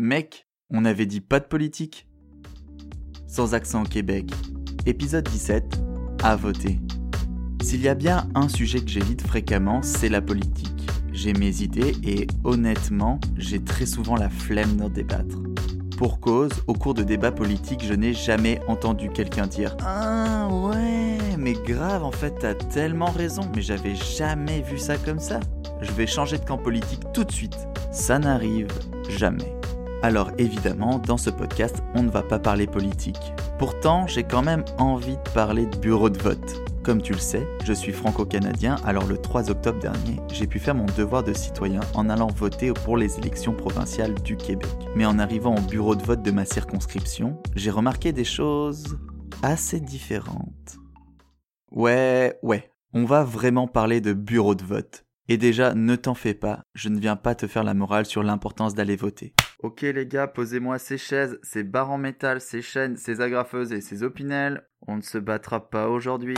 Mec, on avait dit pas de politique. Sans accent au Québec. Épisode 17, à voter. S'il y a bien un sujet que j'évite fréquemment, c'est la politique. J'ai mes idées et honnêtement, j'ai très souvent la flemme d'en débattre. Pour cause, au cours de débats politiques, je n'ai jamais entendu quelqu'un dire « Ah ouais, mais grave, en fait, t'as tellement raison, mais j'avais jamais vu ça comme ça. Je vais changer de camp politique tout de suite. » Ça n'arrive jamais. Alors évidemment, dans ce podcast, on ne va pas parler politique. Pourtant, j'ai quand même envie de parler de bureau de vote. Comme tu le sais, je suis franco-canadien, alors le 3 octobre dernier, j'ai pu faire mon devoir de citoyen en allant voter pour les élections provinciales du Québec. Mais en arrivant au bureau de vote de ma circonscription, j'ai remarqué des choses assez différentes. Ouais, on va vraiment parler de bureau de vote. Et déjà, ne t'en fais pas, je ne viens pas te faire la morale sur l'importance d'aller voter. Ok les gars, posez-moi ces chaises, ces barres en métal, ces chaînes, ces agrafeuses et ces opinels. On ne se battra pas aujourd'hui.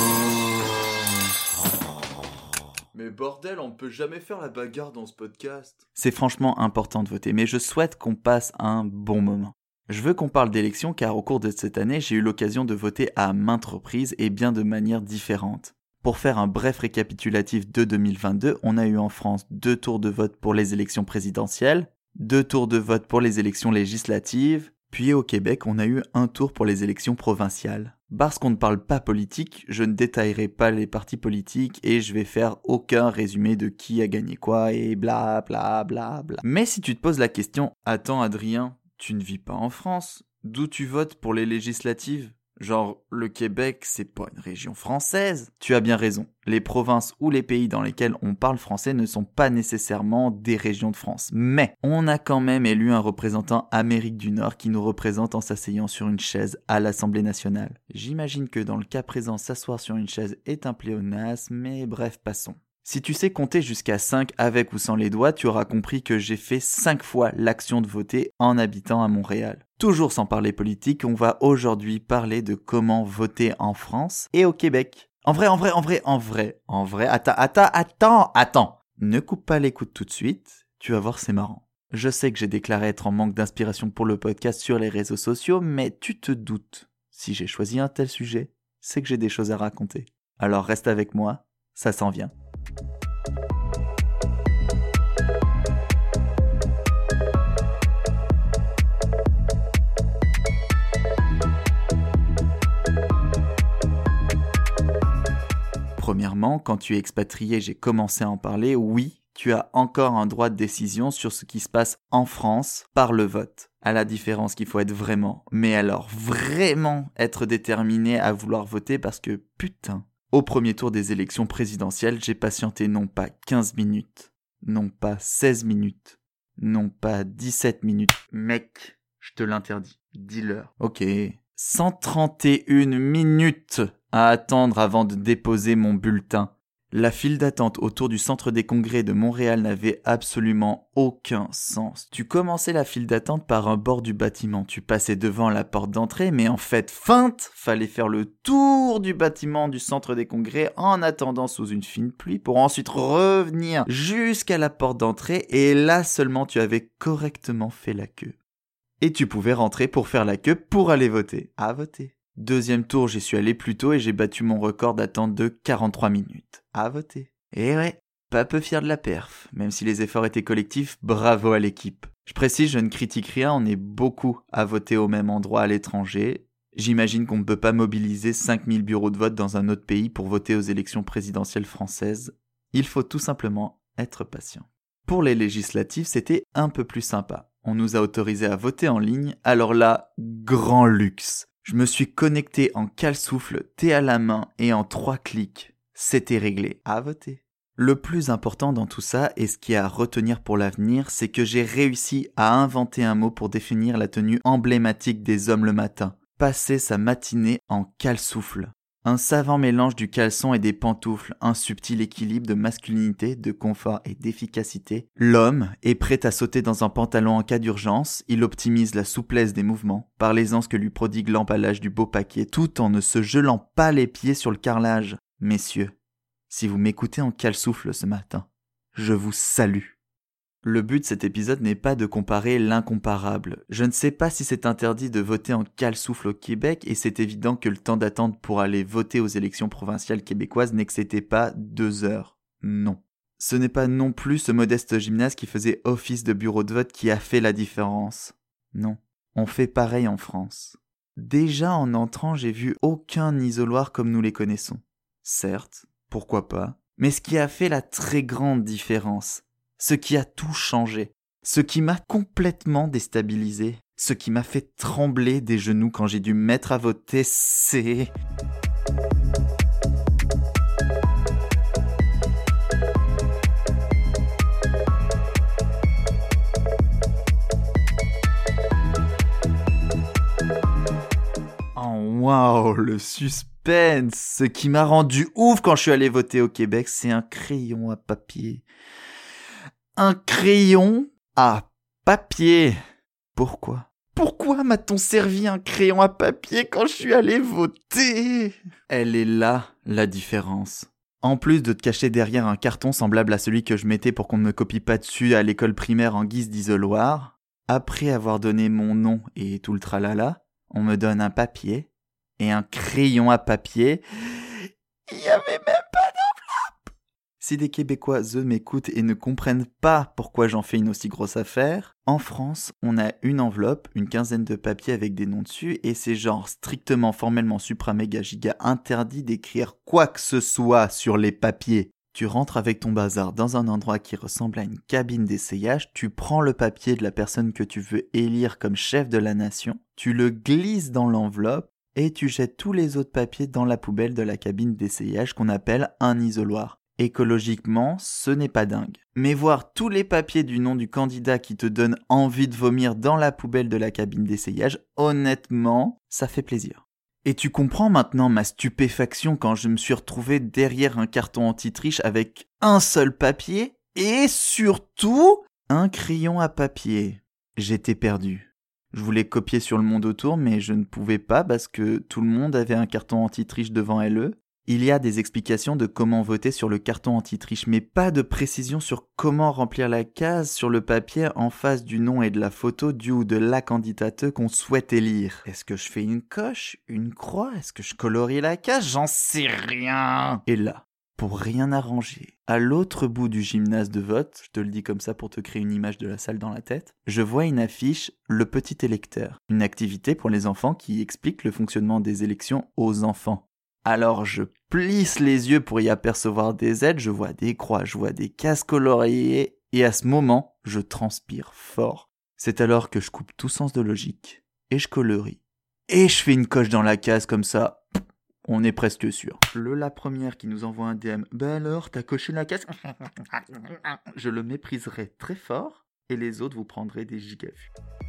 Mais bordel, on ne peut jamais faire la bagarre dans ce podcast. C'est franchement important de voter, mais je souhaite qu'on passe un bon moment. Je veux qu'on parle d'élections car au cours de cette année, j'ai eu l'occasion de voter à maintes reprises et bien de manière différente. Pour faire un bref récapitulatif de 2022, on a eu en France 2 tours de vote pour les élections présidentielles, 2 tours de vote pour les élections législatives, puis au Québec, on a eu 1 tour pour les élections provinciales. Parce qu'on ne parle pas politique, je ne détaillerai pas les partis politiques et je vais faire aucun résumé de qui a gagné quoi et bla bla bla bla. Mais si tu te poses la question, attends Adrien, tu ne vis pas en France, d'où tu votes pour les législatives ? Genre, le Québec, c'est pas une région française. Tu as bien raison. Les provinces ou les pays dans lesquels on parle français ne sont pas nécessairement des régions de France. Mais on a quand même élu un représentant Amérique du Nord qui nous représente en s'asseyant sur une chaise à l'Assemblée nationale. J'imagine que dans le cas présent, s'asseoir sur une chaise est un pléonasme, mais bref, passons. Si tu sais compter jusqu'à 5 avec ou sans les doigts, tu auras compris que j'ai fait 5 fois l'action de voter en habitant à Montréal. Toujours sans parler politique, on va aujourd'hui parler de comment voter en France et au Québec. En vrai, attends. Ne coupe pas l'écoute tout de suite, tu vas voir c'est marrant. Je sais que j'ai déclaré être en manque d'inspiration pour le podcast sur les réseaux sociaux, mais tu te doutes. Si j'ai choisi un tel sujet, c'est que j'ai des choses à raconter. Alors reste avec moi, ça s'en vient. Premièrement, quand tu es expatrié, j'ai commencé à en parler, oui, tu as encore un droit de décision sur ce qui se passe en France par le vote. À la différence qu'il faut être vraiment, mais alors vraiment être déterminé à vouloir voter parce que putain, au premier tour des élections présidentielles, j'ai patienté non pas 15 minutes, non pas 16 minutes, non pas 17 minutes. Mec, je te l'interdis, dis-leur. Ok, 131 minutes à attendre avant de déposer mon bulletin. La file d'attente autour du centre des congrès de Montréal n'avait absolument aucun sens. Tu commençais la file d'attente par un bord du bâtiment, tu passais devant la porte d'entrée, mais en fait, feinte, fallait faire le tour du bâtiment du centre des congrès en attendant sous une fine pluie pour ensuite revenir jusqu'à la porte d'entrée et là seulement tu avais correctement fait la queue. Et tu pouvais rentrer pour faire la queue pour aller voter. À voter. Deuxième tour, j'y suis allé plus tôt et j'ai battu mon record d'attente de 43 minutes. À voter. Et ouais, pas peu fier de la perf. Même si les efforts étaient collectifs, bravo à l'équipe. Je précise, je ne critique rien, on est beaucoup à voter au même endroit à l'étranger. J'imagine qu'on ne peut pas mobiliser 5000 bureaux de vote dans un autre pays pour voter aux élections présidentielles françaises. Il faut tout simplement être patient. Pour les législatives, c'était un peu plus sympa. On nous a autorisés à voter en ligne, alors là, grand luxe. Je me suis connecté en cale-souffle, thé à la main et en 3 clics. C'était réglé. À voter. Le plus important dans tout ça, et ce qui est à retenir pour l'avenir, c'est que j'ai réussi à inventer un mot pour définir la tenue emblématique des hommes le matin. Passer sa matinée en cale-souffle. Un savant mélange du caleçon et des pantoufles, un subtil équilibre de masculinité, de confort et d'efficacité. L'homme est prêt à sauter dans un pantalon en cas d'urgence, il optimise la souplesse des mouvements, par l'aisance que lui prodigue l'emballage du beau paquet, tout en ne se gelant pas les pieds sur le carrelage. Messieurs, si vous m'écoutez en cale-souffle ce matin, je vous salue. Le but de cet épisode n'est pas de comparer l'incomparable. Je ne sais pas si c'est interdit de voter en cale-souffle au Québec et c'est évident que le temps d'attente pour aller voter aux élections provinciales québécoises n'excédait pas 2 heures. Non. Ce n'est pas non plus ce modeste gymnase qui faisait office de bureau de vote qui a fait la différence. Non. On fait pareil en France. Déjà en entrant, j'ai vu aucun isoloir comme nous les connaissons. Certes, pourquoi pas, mais ce qui a fait la très grande différence, ce qui a tout changé, ce qui m'a complètement déstabilisé, ce qui m'a fait trembler des genoux quand j'ai dû me mettre à voter, c'est... Oh waouh, le suspense! Ce qui m'a rendu ouf quand je suis allé voter au Québec, c'est un crayon à papier. Un crayon à papier. Pourquoi? Pourquoi m'a-t-on servi un crayon à papier quand je suis allé voter? Elle est là, la différence. En plus de te cacher derrière un carton semblable à celui que je mettais pour qu'on ne me copie pas dessus à l'école primaire en guise d'isoloir, après avoir donné mon nom et tout le tralala, on me donne un papier et un crayon à papier. Il y avait même pas d'enveloppe. Si des Québécois, eux, m'écoutent et ne comprennent pas pourquoi j'en fais une aussi grosse affaire, en France, on a une enveloppe, une quinzaine de papiers avec des noms dessus, et c'est genre strictement formellement supra méga giga interdit d'écrire quoi que ce soit sur les papiers. Tu rentres avec ton bazar dans un endroit qui ressemble à une cabine d'essayage, tu prends le papier de la personne que tu veux élire comme chef de la nation, tu le glisses dans l'enveloppe, et tu jettes tous les autres papiers dans la poubelle de la cabine d'essayage qu'on appelle un isoloir. Écologiquement, ce n'est pas dingue. Mais voir tous les papiers du nom du candidat qui te donne envie de vomir dans la poubelle de la cabine d'essayage, honnêtement, ça fait plaisir. Et tu comprends maintenant ma stupéfaction quand je me suis retrouvé derrière un carton anti-triche avec un seul papier et surtout un crayon à papier. J'étais perdu. Je voulais copier sur le monde autour, mais je ne pouvais pas parce que tout le monde avait un carton anti-triche devant elle. Il y a des explications de comment voter sur le carton anti-triche, mais pas de précision sur comment remplir la case sur le papier en face du nom et de la photo du ou de la candidate qu'on souhaite élire. Est-ce que je fais une coche, une croix? Est-ce que je colorie la case? J'en sais rien. Et là, pour rien arranger, à l'autre bout du gymnase de vote, je te le dis comme ça pour te créer une image de la salle dans la tête, je vois une affiche « Le petit électeur », une activité pour les enfants qui explique le fonctionnement des élections aux enfants. Alors je plisse les yeux pour y apercevoir des aides, je vois des croix, je vois des cases coloriées, et à ce moment, je transpire fort. C'est alors que je coupe tout sens de logique, et je colorie. Et je fais une coche dans la case comme ça. On est presque sûr. La première qui nous envoie un DM. Bah alors, t'as coché la case? Je le mépriserai très fort et les autres vous prendrez des gigavues.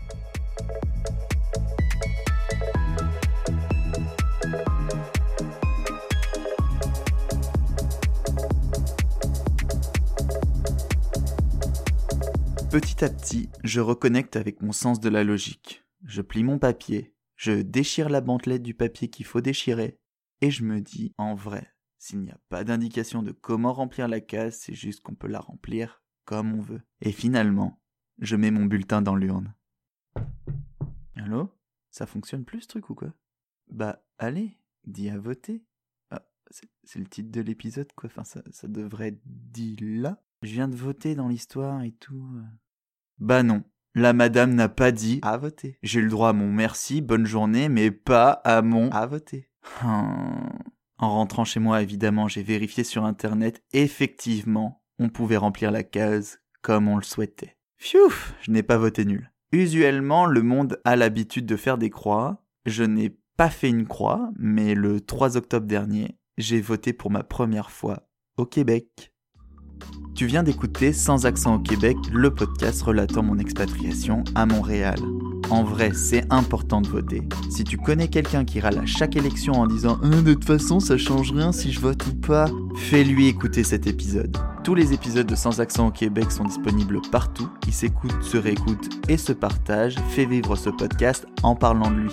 Petit à petit, je reconnecte avec mon sens de la logique. Je plie mon papier, je déchire la bandelette du papier qu'il faut déchirer. Et je me dis, en vrai, s'il n'y a pas d'indication de comment remplir la case, c'est juste qu'on peut la remplir comme on veut. Et finalement, je mets mon bulletin dans l'urne. Allô? Ça fonctionne plus ce truc ou quoi? Bah, allez, dis à voter. Ah, c'est le titre de l'épisode quoi, enfin ça devrait être dit là. Je viens de voter dans l'histoire et tout. Bah non. La madame n'a pas dit à voter. J'ai eu le droit à mon merci, bonne journée, mais pas à mon à voter. En rentrant chez moi, évidemment, j'ai vérifié sur internet. Effectivement, on pouvait remplir la case comme on le souhaitait. Pfiou, je n'ai pas voté nul. Usuellement, le monde a l'habitude de faire des croix. Je n'ai pas fait une croix, mais le 3 octobre dernier, j'ai voté pour ma première fois au Québec. Tu viens d'écouter Sans accent au Québec, le podcast relatant mon expatriation à Montréal. En vrai, c'est important de voter. Si tu connais quelqu'un qui râle à chaque élection en disant « de toute façon, ça change rien si je vote ou pas », fais-lui écouter cet épisode. Tous les épisodes de Sans accent au Québec sont disponibles partout. Ils s'écoutent, se réécoutent et se partagent. Fais vivre ce podcast en parlant de lui.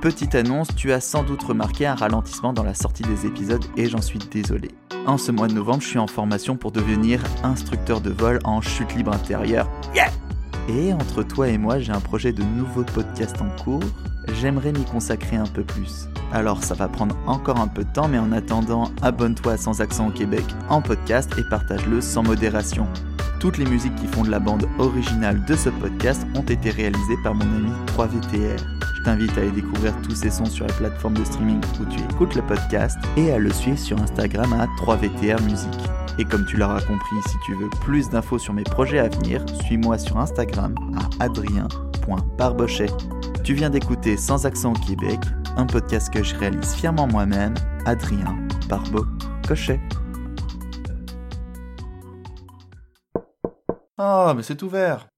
Petite annonce, tu as sans doute remarqué un ralentissement dans la sortie des épisodes et j'en suis désolé. En ce mois de novembre, je suis en formation pour devenir instructeur de vol en chute libre intérieure. Yeah! Et entre toi et moi, j'ai un projet de nouveau podcast en cours. J'aimerais m'y consacrer un peu plus. Alors ça va prendre encore un peu de temps, mais en attendant, abonne-toi à Sans Accent au Québec en podcast et partage-le sans modération. Toutes les musiques qui font de la bande originale de ce podcast ont été réalisées par mon ami 3VTR. Je t'invite à aller découvrir tous ces sons sur la plateforme de streaming où tu écoutes le podcast et à le suivre sur Instagram à 3VTR Musique. Et comme tu l'auras compris, si tu veux plus d'infos sur mes projets à venir, suis-moi sur Instagram à adrien.barbochet. Tu viens d'écouter Sans Accent au Québec, un podcast que je réalise fièrement moi-même, Adrien Barbeau-Cochet. Ah, mais c'est ouvert.